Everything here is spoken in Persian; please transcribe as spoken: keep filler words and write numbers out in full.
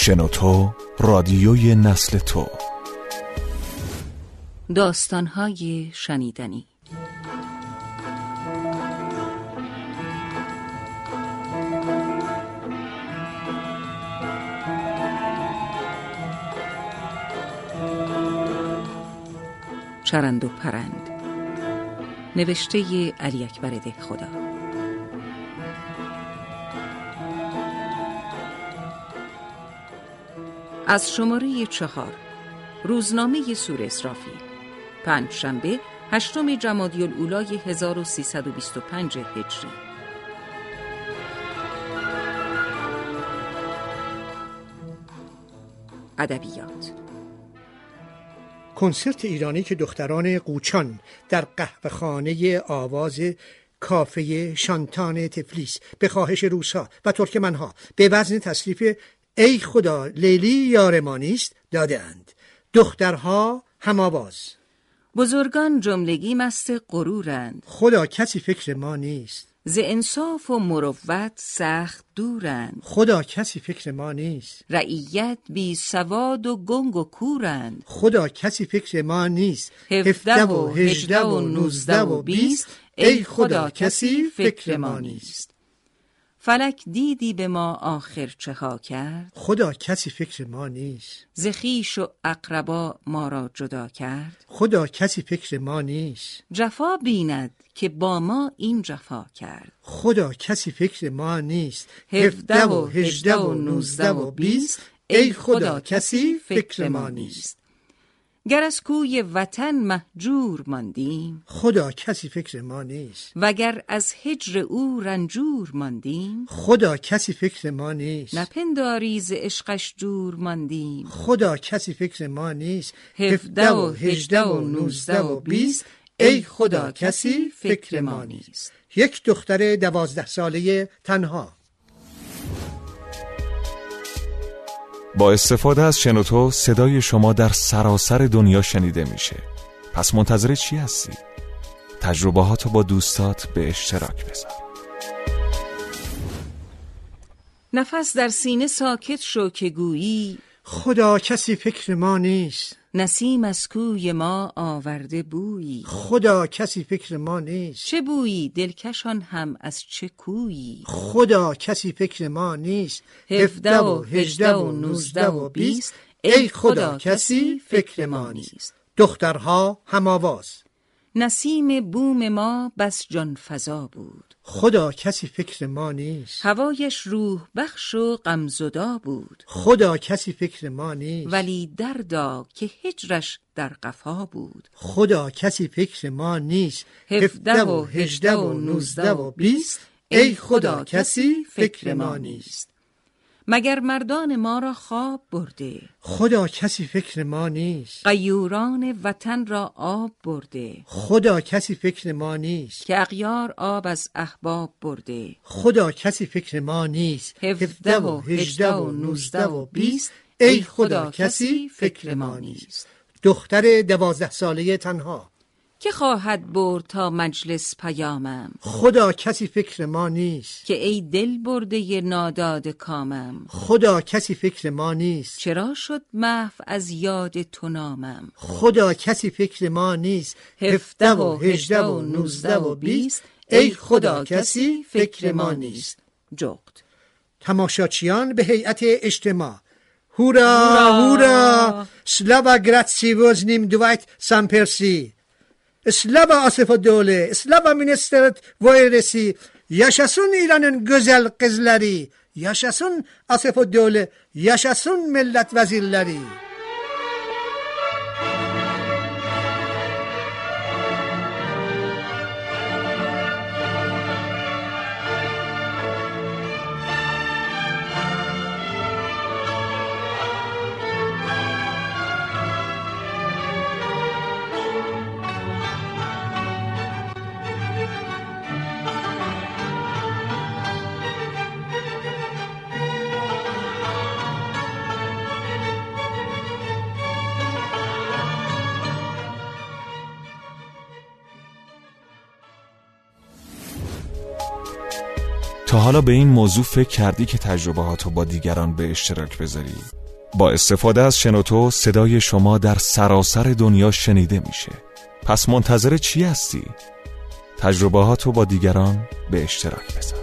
شنوتو رادیوی نسل تو. داستان‌های شنیدنی. چرند و پرند، نوشته علی اکبر دهخدا. از شماره چهار، روزنامه سور اسرافیل، پنج شنبه هشتم جمادی الاولی هزار و سیصد و بیست و پنج هجری. ادبیات. کنسرت ایرانی که دختران قوچان در قهوه‌خانه آواز کافه شانتان تفلیس به خواهش روس‌ها و ترکمن‌ها به وزن تصریف ای خدا لیلی یار ما نیست داده‌اند. دخترها هم‌آواز. بزرگان جملگی مست غرورند. خدا کسی فکر ما نیست. ز انصاف و مروت سخت دورند. خدا کسی فکر ما نیست. رعیت بی سواد و گنگ و کورند. خدا کسی فکر ما نیست. هفده و هجده و نوزده و بیست، ای خدا کسی فکر ما نیست. فلک دیدی به ما آخر چه ها کرد. خدا کسی فکر ما نیست. ز خویش و اقربا ما را جدا کرد. خدا کسی فکر ما نیست. جفا بیند که با ما این جفا کرد. خدا کسی فکر ما نیست. هفده و هجده و نوزده و بیست، ای خدا کسی فکر ما نیست. گر از کوی وطن مهجور ماندیم. خدا کسی فکر ما نیست. وگر از هجر او رنجور ماندیم. خدا کسی فکر ما نیست. نپنداری ز عشقش دور ماندیم. خدا کسی فکر ما نیست. هفده و هجده و نوزده و بیست، ای خدا کسی فکر ما نیست. یک دختر دوازده ساله تنها. با استفاده از شنوتو صدای شما در سراسر دنیا شنیده میشه. پس منتظر چی هستی؟ تجربهاتو با دوستات به اشتراک بذار. نفس در سینه ساکت شو که گویی خدا کسی فکر ما نیست. نسیم از کوی ما آورده بویی. خدا کسی فکر ما نیست. چه بویی دلکشان هم از چه کویی. خدا کسی فکر ما نیست. هفده و هجده و نوزده و بیست، ای خدا کسی فکر ما نیست. دخترها هم‌آواز. نسیم بوم ما بس جان فزا بود. خدا کسی فکر ما نیست. هوایش روح بخش و غمزدا بود. خدا کسی فکر ما نیست. ولی دردا که هجرش در قفا بود. خدا کسی فکر ما نیست. هفده و هجده و نوزده و بیست، ای خدا کسی فکر ما نیست. مگر مردان ما را خواب برده. خدا کسی فکر ما نیست. غیوران وطن را آب برده. خدا کسی فکر ما نیست. که اغیار آب از احباب برده. خدا کسی فکر ما نیست. هفده و هجده و نوزده و بیست، ای خدا کسی فکر ما نیست. دختر دوازده ساله تنها. که خواهد برد تا مجلس پیامم. خدا کسی فکر ما نیست. که ای دل برده ناداد کامم. خدا کسی فکر ما نیست. چرا شد محو از یاد تو نامم. خدا کسی فکر ما نیست. هفده و هجده و نوزده و بیست، ای خدا کسی فکر ما نیست. جغد. تماشاچیان به هیئت اجتماع. هورا هورا سلاوا گراتسی وزنیم دوایت سامپرسی. Slava Asif Dole, Slava Minister Voyresi, yaşasın İran'ın güzel kızları, yaşasın Asif Dole, yaşasın millet vezirleri. حالا به این موضوع فکر کردی که تجربهاتو با دیگران به اشتراک بذاری؟ با استفاده از شنوتو صدای شما در سراسر دنیا شنیده میشه. پس منتظر چی هستی؟ تجربهاتو با دیگران به اشتراک بذار.